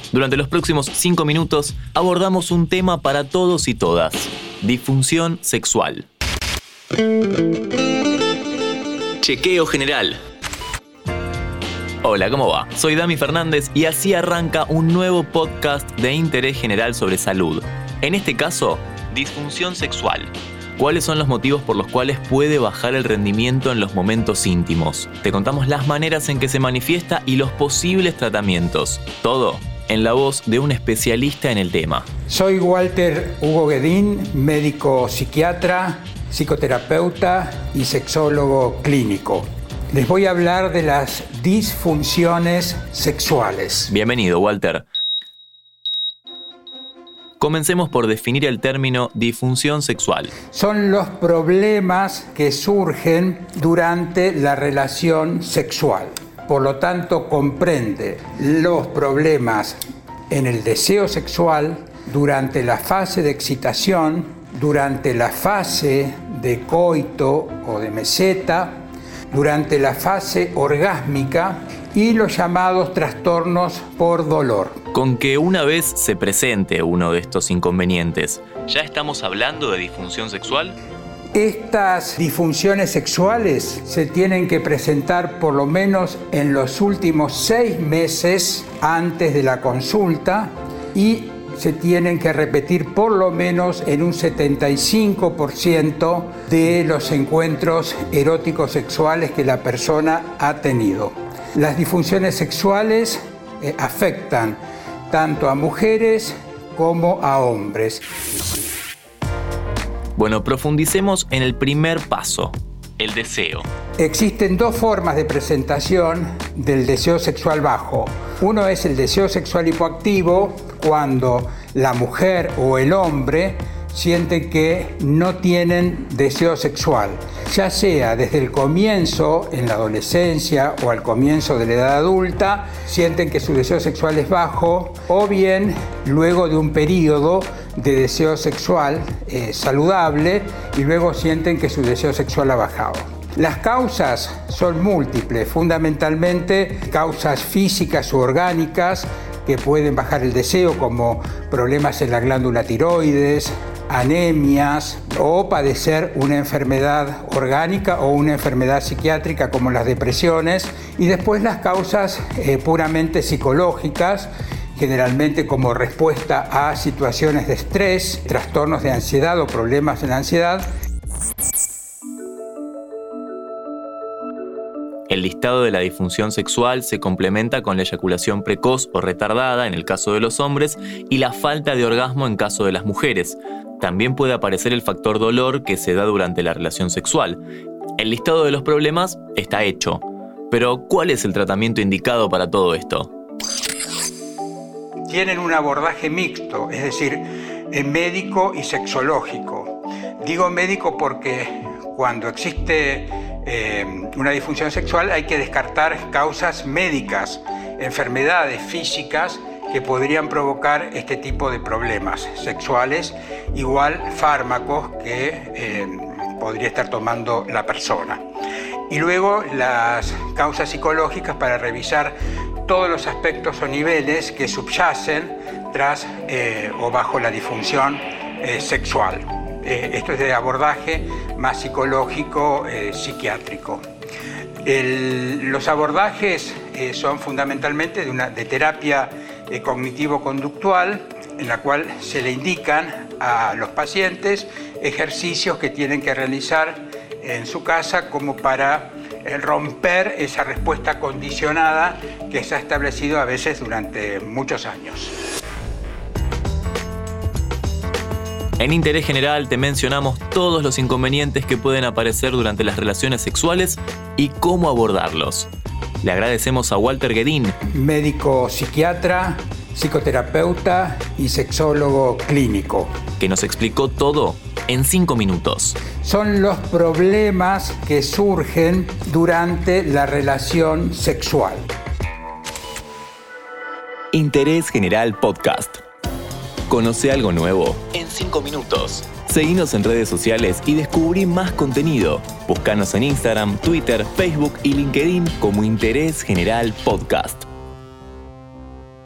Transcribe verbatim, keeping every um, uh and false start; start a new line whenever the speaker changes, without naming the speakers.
Durante los próximos cinco minutos abordamos un tema para todos y todas: disfunción sexual. Chequeo general. Hola, ¿cómo va? Soy Dami Fernández y así arranca un nuevo podcast de interés general sobre salud. En este caso, disfunción sexual. ¿Cuáles son los motivos por los cuales puede bajar el rendimiento en los momentos íntimos? Te contamos las maneras en que se manifiesta y los posibles tratamientos. Todo en la voz de un especialista en el tema.
Soy Walter Hugo Guedín, médico psiquiatra, psicoterapeuta y sexólogo clínico. Les voy a hablar de las disfunciones sexuales.
Bienvenido, Walter. Comencemos por definir el término disfunción sexual.
Son los problemas que surgen durante la relación sexual. Por lo tanto, comprende los problemas en el deseo sexual, durante la fase de excitación, durante la fase de coito o de meseta, durante la fase orgásmica y los llamados trastornos por dolor.
Con que una vez se presente uno de estos inconvenientes, ¿ya estamos hablando de disfunción sexual?
Estas disfunciones sexuales se tienen que presentar por lo menos en los últimos seis meses antes de la consulta y se tienen que repetir por lo menos en un setenta y cinco por ciento de los encuentros eróticos sexuales que la persona ha tenido. Las disfunciones sexuales eh, afectan tanto a mujeres como a hombres.
Bueno, profundicemos en el primer paso, el deseo.
Existen dos formas de presentación del deseo sexual bajo. Uno es el deseo sexual hipoactivo, cuando la mujer o el hombre sienten que no tienen deseo sexual, ya sea desde el comienzo, en la adolescencia o al comienzo de la edad adulta, sienten que su deseo sexual es bajo, o bien luego de un periodo de deseo sexual eh, saludable y luego sienten que su deseo sexual ha bajado. Las causas son múltiples, fundamentalmente causas físicas u orgánicas que pueden bajar el deseo, como problemas en la glándula tiroides, anemias o padecer una enfermedad orgánica o una enfermedad psiquiátrica como las depresiones, y después las causas eh, puramente psicológicas, generalmente como respuesta a situaciones de estrés, trastornos de ansiedad o problemas en la ansiedad.
El listado de la disfunción sexual se complementa con la eyaculación precoz o retardada en el caso de los hombres y la falta de orgasmo en caso de las mujeres. También puede aparecer el factor dolor que se da durante la relación sexual. El listado de los problemas está hecho, pero ¿cuál es el tratamiento indicado para todo esto?
Tienen un abordaje mixto, es decir, médico y sexológico. Digo médico porque cuando existe eh, una disfunción sexual hay que descartar causas médicas, enfermedades físicas que podrían provocar este tipo de problemas sexuales, igual fármacos que eh, podría estar tomando la persona. Y luego las causas psicológicas para revisar todos los aspectos o niveles que subyacen tras eh, o bajo la disfunción eh, sexual. Eh, esto es de abordaje más psicológico, eh, psiquiátrico. El, los abordajes eh, son fundamentalmente de, una, de terapia eh, cognitivo-conductual, en la cual se le indican a los pacientes ejercicios que tienen que realizar en su casa como para eh, romper esa respuesta condicionada que se ha establecido a veces durante muchos años.
En Interés General te mencionamos todos los inconvenientes que pueden aparecer durante las relaciones sexuales y cómo abordarlos. Le agradecemos a Walter Guedín,
médico psiquiatra, psicoterapeuta y sexólogo clínico,
que nos explicó todo en cinco minutos.
Son los problemas que surgen durante la relación sexual.
Interés General Podcast. Conoce algo nuevo en cinco minutos. Seguinos en redes sociales y descubrí más contenido. Búscanos en Instagram, Twitter, Facebook y LinkedIn como Interés General Podcast.